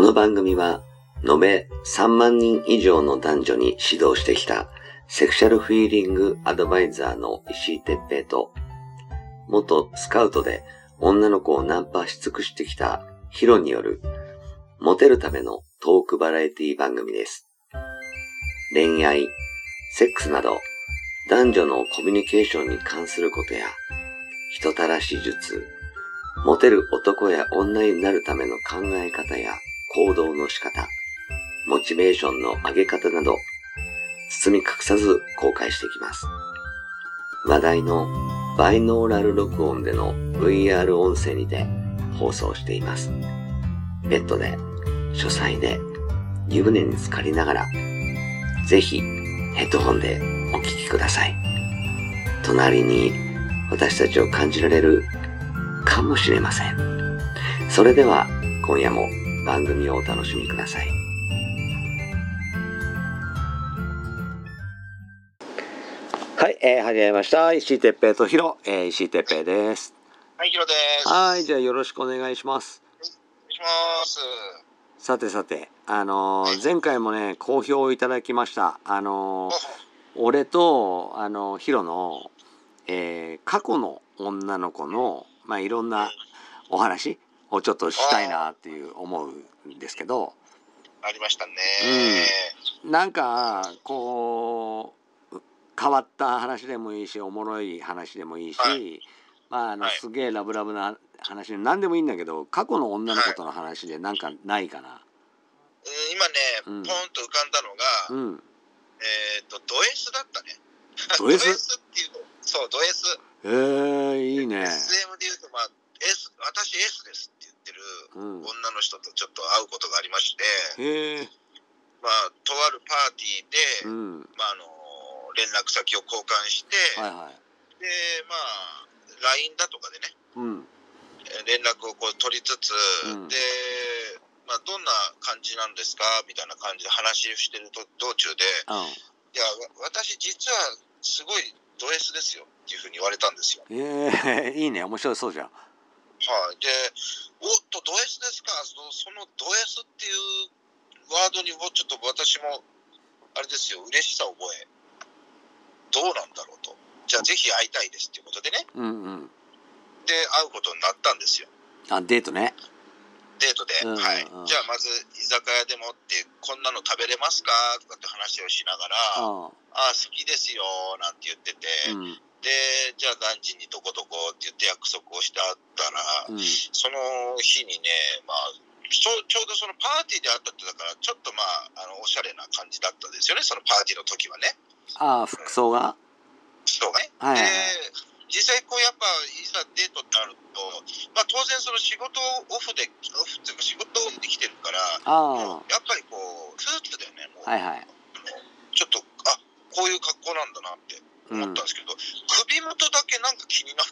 の番組は延べ3万人以上の男女に指導してきたセクシャルフィーリングアドバイザーの石井哲平と、元スカウトで女の子をナンパし尽くしてきたヒロによるモテるためのトークバラエティ番組です。恋愛、セックスなど男女のコミュニケーションに関することや人たらし術、モテる男や女になるための考え方や行動の仕方、モチベーションの上げ方など包み隠さず公開していきます。話題のバイノーラル録音での VR 音声にて放送しています。ベッドで、書斎で、湯船に浸かりながら、ぜひヘッドホンでお聞きください。隣に私たちを感じられるかもしれません。それでは今夜も番組をお楽しみください。はい、始めました。石井哲平とヒロ、石井哲平です。 はい、ヒロです。 はい、じゃあよろしくお願いします。 お願いします。 さて、前回もね、好評をいただきました。俺と、ヒロの、過去の女の子の、いろんなお話をちょっとしたいなっていう思うんですけど。 ありましたね。 なんか、こう、変わった話でもいいし、おもろい話でもいいし、すげえラブラブな話で何でもいいんだけど、過去の女の子との話でなんかないかな。 今ね、ポンと浮かんだのが、ド S だったね。 ド S？ ド S っていうと、そう、ド S。 いいね。 SM で言うと、S、私 S ですって言ってる女の人とちょっと会うことがありまして、とあるパーティーで、連絡先を交換して、で、LINE だとかでね、連絡をこう取りつつ、で、どんな感じなんですかみたいな感じで話をしてる道中で、いや、私実はすごいド S ですよっていうふうに言われたんですよ。 いいね、面白そうじゃん。 はい。で、おっと、ド S ですか。そのド S っていうワードにもちょっと私も、あれですよ、嬉しさを覚え、どうなんだろうと。じゃあぜひ会いたいですっていうことでね。で、会うことになったんですよ。 デートね。 デートで、はい。じゃあまず居酒屋でもってこんなの食べれますかとかって話をしながら、好きですよなんて言ってて、で、じゃあ何時にどこどこって言って約束をしてあったら、その日にね、ちょうどそのパーティーであったってだからちょっとおしゃれな感じだったんですよね、そのパーティーの時はね。 服装が、 そうね。で、実際こうやっぱいざデートってなると、当然その仕事オフっていうか仕事オフできてるから、もうやっぱりこうスーツでね、もうちょっとこういう格好なんだなって思ったんですけど、首元だけなんか気になって、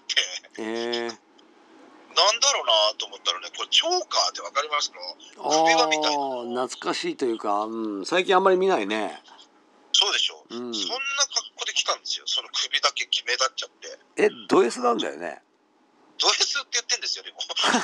なんだろうなと思ったらね、これチョーカーってわかりますか？首輪みたいな。 懐かしいというか、最近あんまり見ないね。 そうでしょ。そんな格好で来たんですよ。その首だけ決めだっちゃって。 ド S なんだよね。 ド S って言ってんですよ、でも。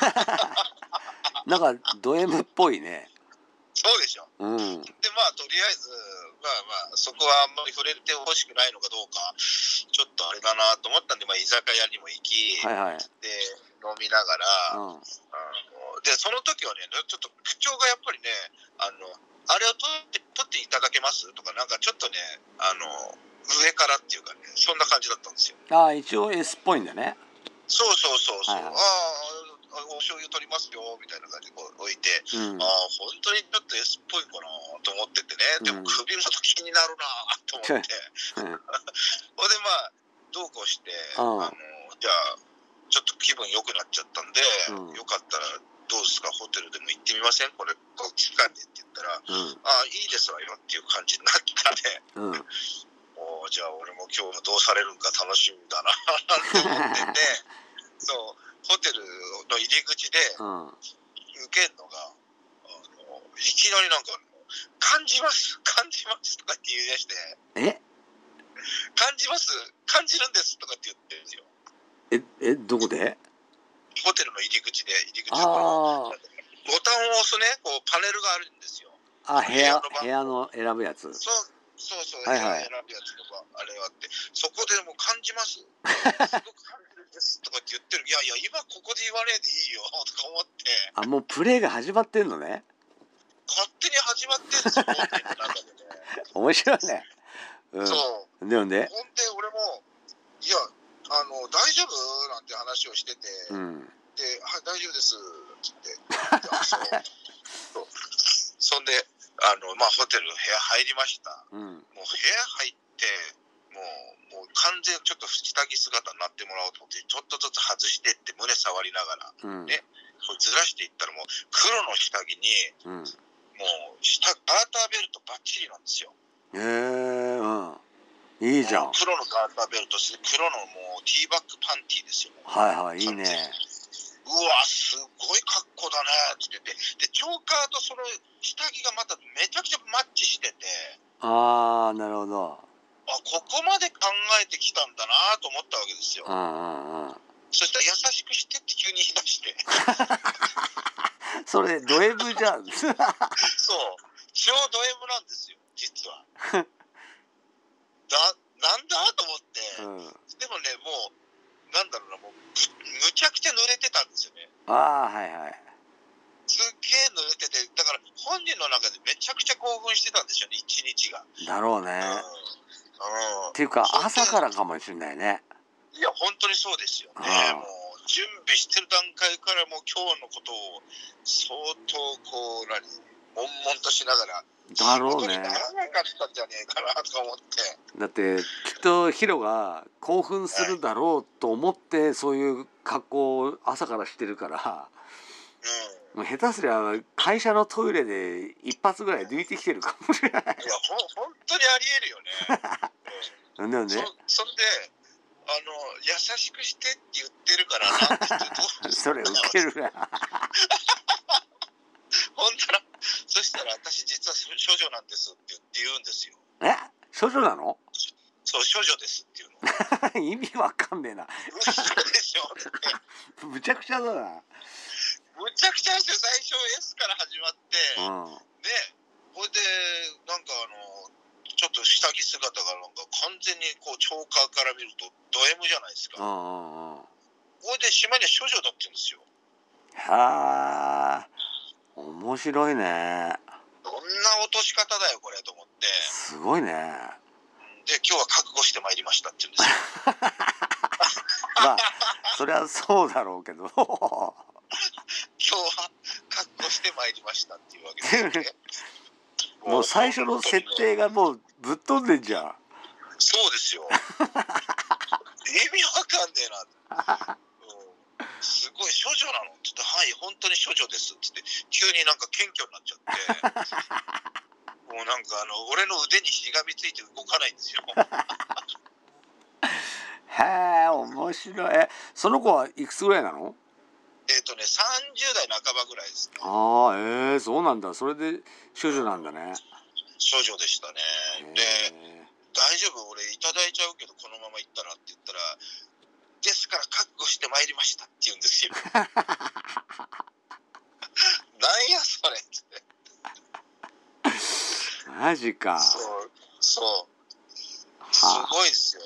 なんかド M っぽいね。 そうでしょ。で、とりあえず、そこはあんまり触れてほしくないのかどうか、ちょっとあれだなと思ったんで、居酒屋にも行き、で、飲みながら、で、その時はね、ちょっと口調がやっぱりね、あれを取っていただけますとか、なんかちょっとね、上からっていうかね、そんな感じだったんですよ。 一応 S っぽいんだね。 そう。お醤油取りますよみたいな感じで置いて、本当にちょっと S っぽいかなと思っててね、でも首元気になるなと思って、ほんでどうこうして、じゃあちょっと気分良くなっちゃったんで、よかったらどうですか、ホテルでも行ってみませんこれ期間でって言ったら、いいですわよっていう感じになったね。じゃあ俺も今日はどうされるんか楽しみだななんて思ってて、ホテルの入り口で受けるのが、いきなりなんか感じますとかって言い出して、感じるんですとかって言ってるんですよ。 どこで？ ホテルの入り口でボタンを押すね、こうパネルがあるんですよ。 あ、部屋の選ぶやつ。 そう、 はいはい、 部屋選ぶやつとかあれがあって、そこでもう感じます。すごく感じるんですとかって言ってる。いやいや、今ここで言わねえでいいよとか思って。 あ、もうプレイが始まってんのね。 勝手に始まってんですよ、本人の中でね。 面白いね。 うん、そう。 でもね。 ほんで俺もいや大丈夫なんて話をしてて、で、はい大丈夫ですって言って、そう。そんでまあホテル部屋入りました。もう部屋入ってもう完全にちょっと下着姿になってもらおうと思ってちょっとずつ外してって胸触りながら、ね、こうずらしていったらもう黒の下着に、もうガーターベルトバッチリなんですよ。いいじゃん。黒のガーターベルトして黒のもうティーバッグパンティーですよ。 はいはい、いいね。 うわすごい格好だねって言ってて、でチョーカーとその下着がまためちゃくちゃマッチしてて、 ああなるほど。 ここまで考えてきたんだなと思ったわけですよ。そしたら優しくしてって急に言い出してそれド M じゃん。そう超ド M なんですよ実は。なんだと思って、でもねもうなんだろうな、もうむちゃくちゃ濡れてたんですよね。 はいはい。 すっげえ濡れてて、だから本人の中でめちゃくちゃ興奮してたんですよね、一日が。だろうね。っていうか朝からかもしれないね。 いや本当にそうですよね。もう準備してる段階からもう今日のことを相当こう悶々としながら。だろうね。ならなかったんじゃねえかなと思って。 だってきっとヒロが興奮するだろうと思ってそういう格好を朝からしてるから、もう下手すりゃ会社のトイレで一発ぐらい抜いてきてるかもしれない。いや本当にありえるよね。 なんだよね。 それで優しくしてって言ってるからなんて言ってそれウケるな。 ほんとらそしたら私実は処女なんですって言うんですよ。 処女なの？ そう処女ですっていうの。意味わかんねえな。 嘘でしょって。 むちゃくちゃだな。 むちゃくちゃですよ。最初 S から始まって、でこれでなんかちょっと下着姿がなんか完全にこうチョーカーから見るとド M じゃないですか。これで島には処女だって言うんですよ。 はあ、面白いね。 どんな落とし方だよこれと思って。 すごいね。 で今日は覚悟してまいりましたって言うんですよ。 まあそりゃそうだろうけど。今日は覚悟してまいりましたっていうわけですね。 もう最初の設定がもうぶっ飛んでんじゃん。 そうですよ。意味わかんねえな。すごい処女なのって言ってはい本当に処女ですって言って急になんか謙虚になっちゃってもうなんか俺の腕にしがみついて動かないんですよ。 へえ面白い。その子はいくつぐらいなの ？30代半ばぐらいですね。 そうなんだ。それで処女なんだね。 処女でしたね。で大丈夫俺いただいちゃうけどこのまま行ったらって言ったらですから覚悟してまいりましたって言うんですよ。なんやそれってマジか。 そうすごいですよ。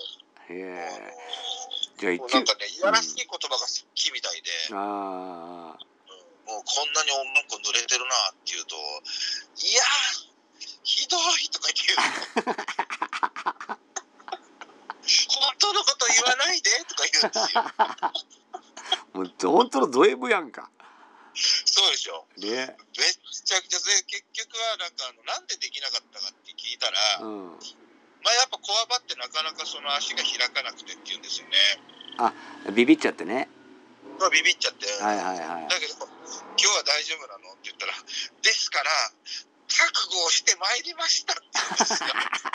じゃあなんかねいやらしい言葉が好きみたいで、もうこんなに女の子濡れてるなって言うといやひどいとか言って言う本当のこと言わないでとか言うんですよ。 もう本当のド M やんか。 そうでしょ。 ね。 めちゃくちゃ結局はなんでできなかったかって聞いたら、まあやっぱこわばってなかなかその足が開かなくてって言うんですよね。 ビビっちゃってね。 ビビっちゃって。 だけど今日は大丈夫なのって言ったらですから覚悟をしてまいりましたって言うんですよ。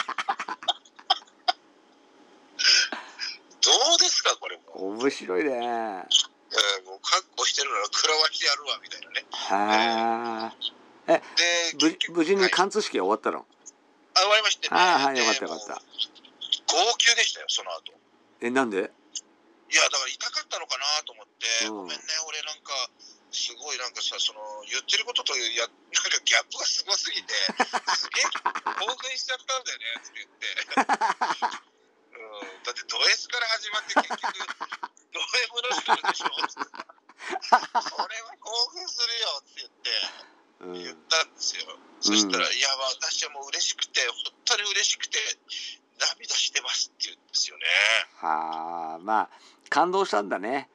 どうですかこれも。 面白いね。 もう覚悟してるなら食らわしてやるわみたいなね。 で無事に貫通式は終わったの？ 終わりましてね。 よかったよかった。 号泣でしたよその後。 なんで？ いやだから痛かったのかなと思って、ごめんね俺なんかすごいなんかさ、言ってることとなんかギャップがすごすぎて、すげえ興奮しちゃったんだよねって言って。だってド S から始まって結局ド M の人でしょってそれは興奮するよって言ったんですよ。そしたら、いや私はもう嬉しくて本当に嬉しくて涙してますって言うんですよね。 はあ、まあ感動したんだね。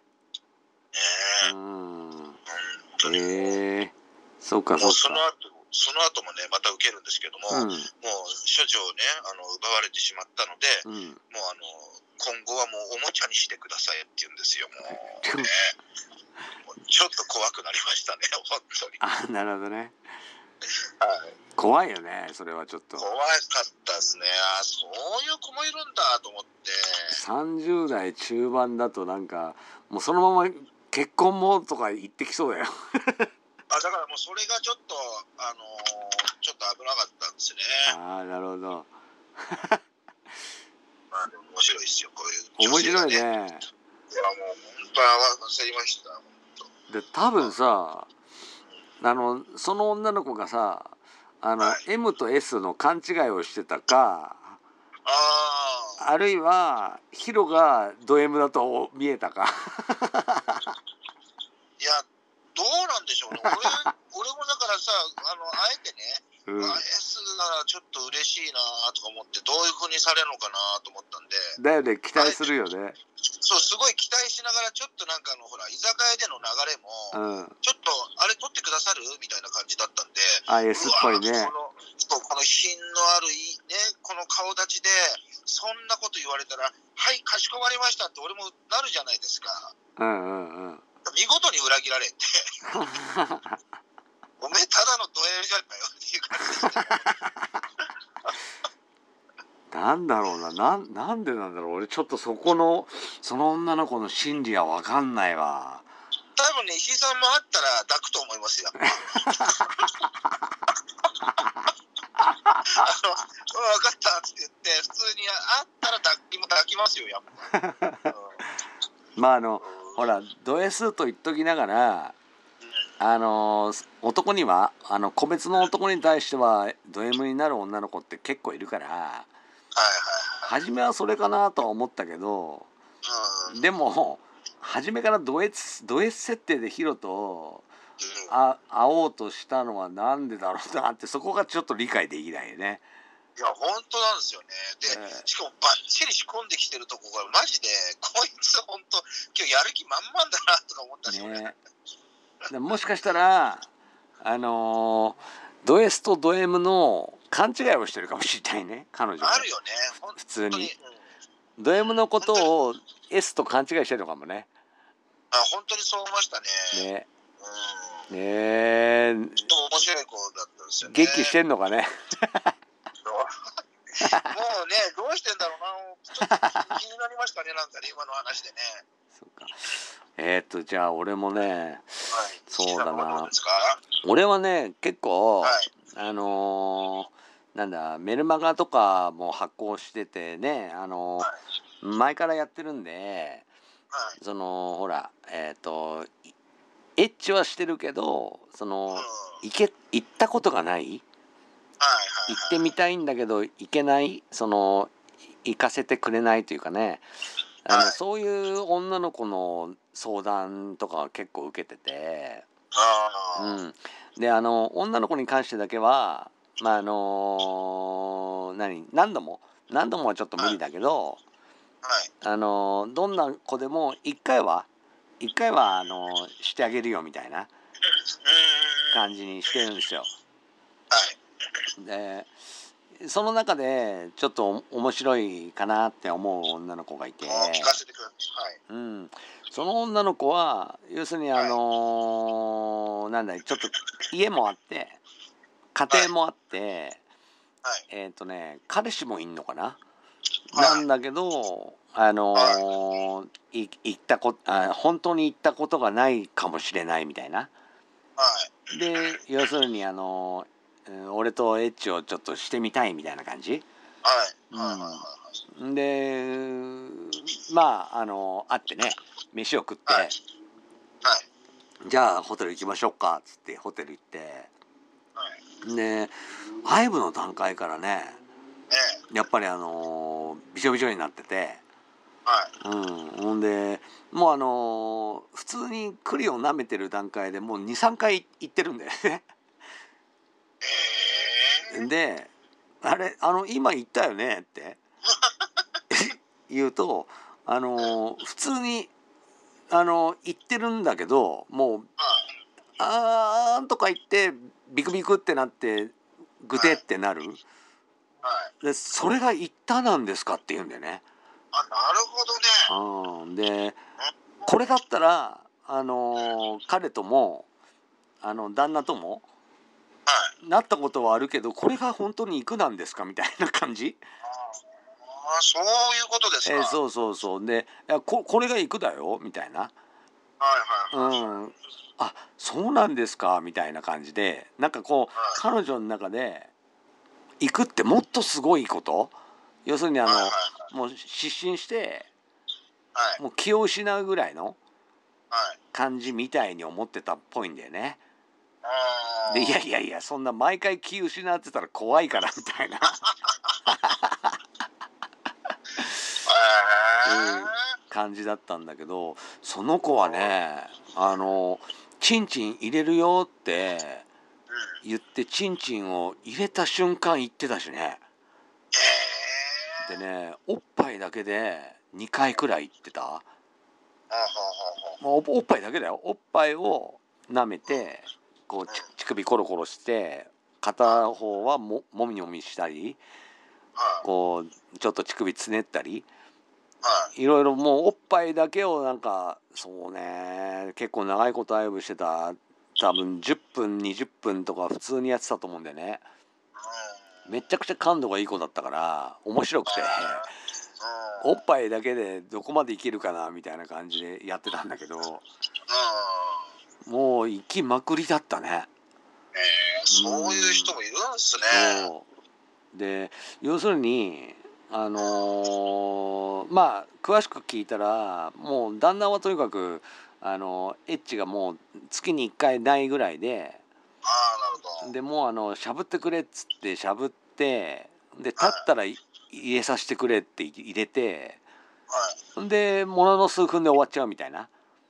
そうかそうか。 もうその後もねまた受けるんですけども、もう処女をね奪われてしまったので、もう今後はもうおもちゃにしてくださいって言うんですよ。もうねちょっと怖くなりましたね本当に。 なるほどね。 はい、 怖いよねそれはちょっと。 怖かったですね。そういう子もいるんだと思って。 30代中盤だとなんかもうそのまま結婚もとか言ってきそうだよ。 だからもうそれがちょっとちょっと危なかったんですね。 なるほど。 でも面白いですよこういう面白いね。 いやもう本当焦りました。 で多分さその女の子がさM と S の勘違いをしてたか、あるいはヒロがド M だと見えたか。 いやどうなんでしょうね。俺もだからさあえてね、S ならちょっと嬉しいなとか思ってどういう風にされるのかなと思ったんで。 だよね期待するよね。 そうすごい期待しながらちょっとなんかほら居酒屋での流れも、ちょっとあれ取ってくださるみたいな感じだったんで、 S っぽいね。 この品のあるねこの顔立ちでそんなこと言われたらはいかしこまりましたって俺もなるじゃないですか。見事に裏切られておめえただのド M じゃんかよっていう感じでしたなんだろうなんでなんだろう。俺ちょっとその女の子の心理は分かんないわ。 多分ね石井さんもあったら抱くと思いますよ。分かったって言って普通にあったら抱きますよやっぱ。 まあほらド S と言っときながら男には個別の男に対してはド M になる女の子って結構いるから、初めはそれかなとは思ったけど、でも初めからド S 設定でヒロと会おうとしたのはなんでだろうなって、そこがちょっと理解できないよね。 いや本当なんですよね。で、しかもバッチリ仕込んできてるとこがマジでこいつ本当今日やる気満々だなとか思ったしね。 でもしかしたらド S とド M の勘違いをしてるかもしれないね彼女は。 あるよね普通に、ド M のことを S と勘違いしてるのかもね。 本当にそう思いましたね。 面白い子だったんですよね。 元気してんのかね。 もうねどうしてんだろうなちょっと気になりましたねなんかね今の話でね。 そうか。じゃあ俺もね、そうだな。俺はね結構、なんだメルマガとかも発行しててね前からやってるんで、ほらエッチはしてるけど行ったことがない、行ってみたいんだけど行けない、行かせてくれないというかね、そういう女の子の相談とか結構受けてて、で女の子に関してだけは何度もはちょっと無理だけど、どんな子でも一回はしてあげるよみたいな感じにしてるんですよ。でその中でちょっと面白いかなって思う女の子がいて、その女の子は要するにちょっと家もあって家庭もあって、彼氏もいんのかな、なんだけど本当に行ったことがないかもしれないみたいな。で要するに俺とエッチをちょっとしてみたいみたいな感じ。で会ってね飯を食って、 じゃあホテル行きましょうかっつってホテル行って、でIVEの段階からねやっぱりびしょびしょになってて、ほんでもう普通にクリを舐めてる段階でもう 2,3 回行ってるんだよね。であれ今言ったよねって言うと普通に言ってるんだけどもうあーんとか言ってビクビクってなってグテってなる。でそれが言ったなんですかって言うんだよね。 なるほどね。 でこれだったら彼とも旦那ともなったことはあるけどこれが本当に行くなんですかみたいな感じ。 そういうことですか。 そうでこれが行くだよみたいな。あそうなんですかみたいな感じでなんかこう彼女の中で行くってもっとすごいこと要するにもう失神してもう気を失うぐらいの感じみたいに思ってたっぽいんだよね。でいやそんな毎回気失ってたら怖いからみたいな感じだったんだけどその子はねチンチン入れるよって言ってチンチンを入れた瞬間言ってたしね。でねおっぱいだけで2回くらい言ってた。おっぱいだけだよ。おっぱいを舐めてこう乳首コロコロして片方はもみもみしたりこうちょっと乳首つねったりいろいろもうおっぱいだけをなんかそうね結構長いこと愛撫してた。多分10分20分とか普通にやってたと思うんだよね。めちゃくちゃ感度がいい子だったから面白くておっぱいだけでどこまでいけるかなみたいな感じでやってたんだけどもう行きまくりだったね。 そういう人もいるんすね。 そうで要するにまあ詳しく聞いたらもう旦那はとにかくエッチがもう月に1回ないぐらいで、 なるほど。 でもうしゃぶってくれっつってしゃぶってで立ったら入れさせてくれって入れて、でものの数分で終わっちゃうみたいな。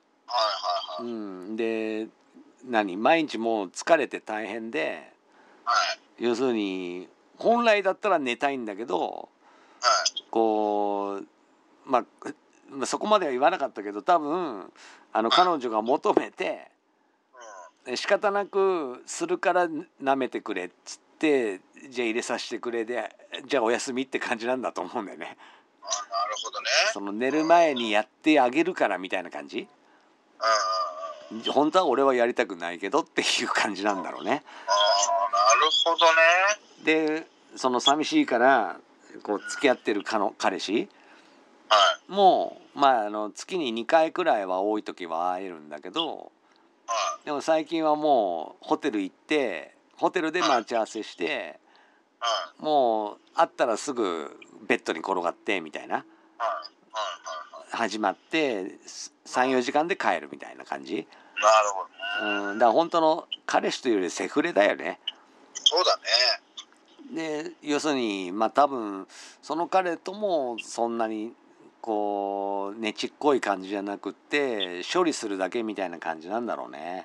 で毎日もう疲れて大変で、要するに本来だったら寝たいんだけど、こうまあそこまでは言わなかったけど多分彼女が求めて仕方なくするから舐めてくれっつってじゃあ入れさせてくれでじゃあお休みって感じなんだと思うんだよね。 なるほどね。 その寝る前にやってあげるからみたいな感じ。本当は俺はやりたくないけどっていう感じなんだろうね。 なるほどね。でその寂しいからこう付き合ってる彼氏もまあ月に2回くらいは多い時は会えるんだけど、でも最近はもうホテル行ってホテルで待ち合わせしてもう会ったらすぐベッドに転がってみたいな始まって3、4時間で帰るみたいな感じ。 なるほど。だから本当の彼氏というよりセフレだよね。 そうだね。で要するにまあ多分その彼ともそんなにこうねちっこい感じじゃなくって処理するだけみたいな感じなんだろうね。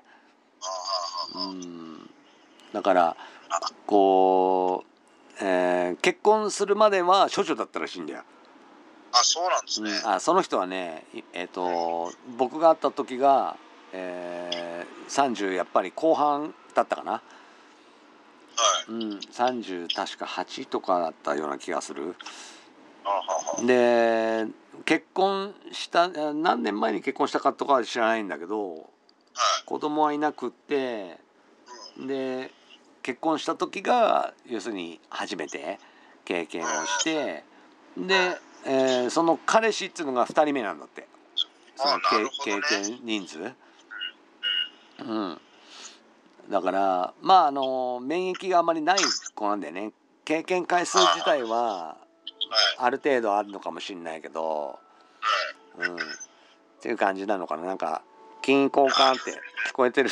だからこう、結婚するまでは処女だったらしいんだよ。 そうなんですね。 その人はね僕が会った時が、30やっぱり後半だったかな。30確か8とかだったような気がする。で結婚した何年前に結婚したかとかは知らないんだけど、子供はいなくってで結婚した時が要するに初めて経験をしてで、その彼氏っていうのが2人目なんだって。その経験人数。だからまあ免疫があまりない子なんだよね。経験回数自体はある程度あるのかもしれないけど、っていう感じなのかな。なんか金交換って聞こえてる？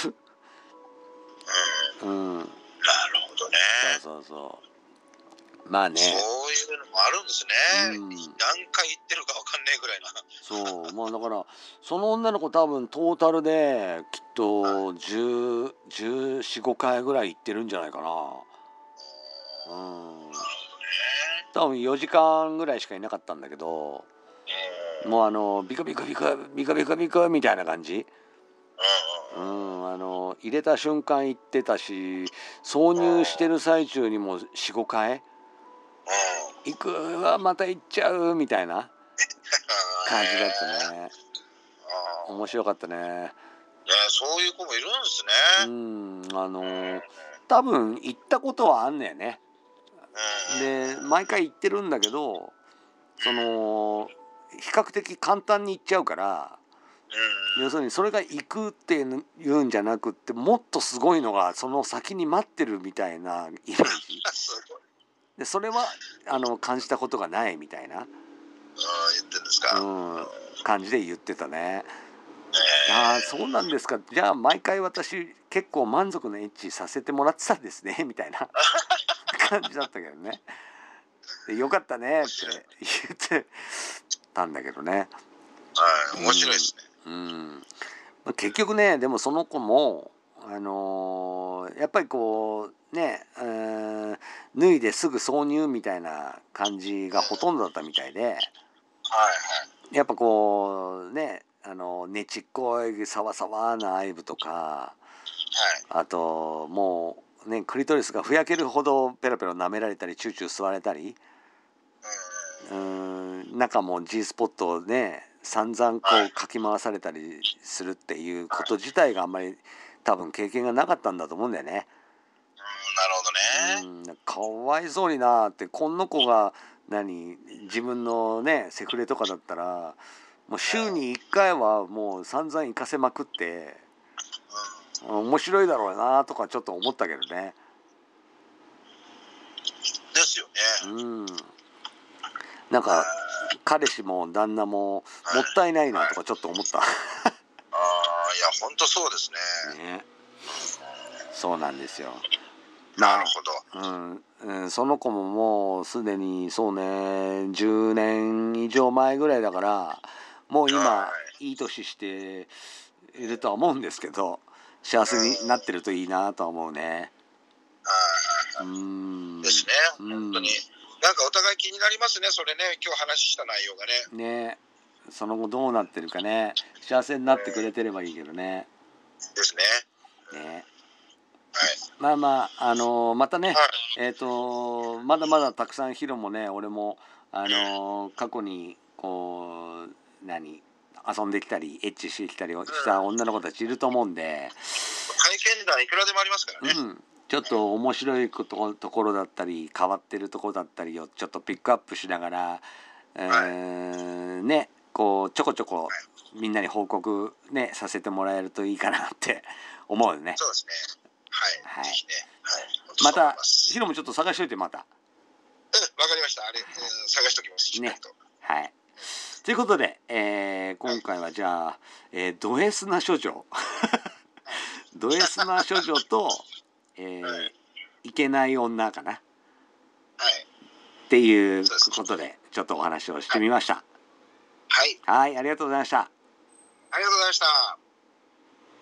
うん。 なるほどね。 そうまあね。 そういうのもあるんですね。何回言ってるかわかんねえぐらいな。 そうまあだからその女の子多分トータルできっと1415回ぐらい行ってるんじゃないかな。多分4時間ぐらいしかいなかったんだけど、もうビカビカビカビカビカビカみたいな感じ。入れた瞬間行ってたし、挿入してる最中にも45回行くわまた行っちゃうみたいな感じだったね。面白かったね。 そういう子もいるんですね。 多分行ったことはあんねんね。で毎回行ってるんだけど、その比較的簡単に行っちゃうから、要するにそれが行くっていうんじゃなくって、もっとすごいのがその先に待ってるみたいなイメージで、それは感じたことがないみたいな言ってんですか、 感じで言ってたね。ああそうなんですか。じゃあ毎回私結構満足のエッチさせてもらってたんですねみたいな感じだったけどね。でよかったねって言ってたんだけどね。 面白いですね。 結局ね、でもその子もやっぱりこうね、脱いですぐ挿入みたいな感じがほとんどだったみたいで、やっぱこうね、ねちっこいサワサワな愛撫とか、あともうねクリトリスがふやけるほどペロペロ舐められたりチューチュー吸われたり、中も G スポットをね散々こうかき回されたりするっていうこと自体があんまり多分経験がなかったんだと思うんだよね。 なるほどね。 かわいそうになって、この子が自分のねセフレとかだったらもう週に1回はもう散々行かせまくって面白いだろうなとかちょっと思ったけどね。 ですよね。 なんか彼氏も旦那ももったいないなとかちょっと思った。 いや本当そうですね。 そうなんですよ。 なるほど。その子ももうすでにそうね10年以上前ぐらいだから、もう今いい年しているとは思うんですけど、幸せになってるといいなとは思うね。 ですね。本当になんかお互い気になりますね。それね、今日話した内容がね。 ね、その後どうなってるかね。幸せになってくれてればいいけどね。 ですね。 ね。まあまあまたね、まだまだたくさんヒロもね俺も過去にこう遊んできたりエッチしてきたりした女の子たちいると思うんで、 体験談いくらでもありますからね。 ちょっと面白いところだったり変わってるところだったりをちょっとピックアップしながら、ねこうちょこちょこみんなに報告ねさせてもらえるといいかなって思うよね。 そうですね。はい。ぜひね。 またヒロもちょっと探しといてまた。 わかりました。探しときます。 ね。はい。ということで、今回はじゃあ、ド S な処女ド S な処女と、いけない女かな、っていうことでちょっとお話をしてみました。 はい。 ありがとうございました。 ありがとうございました。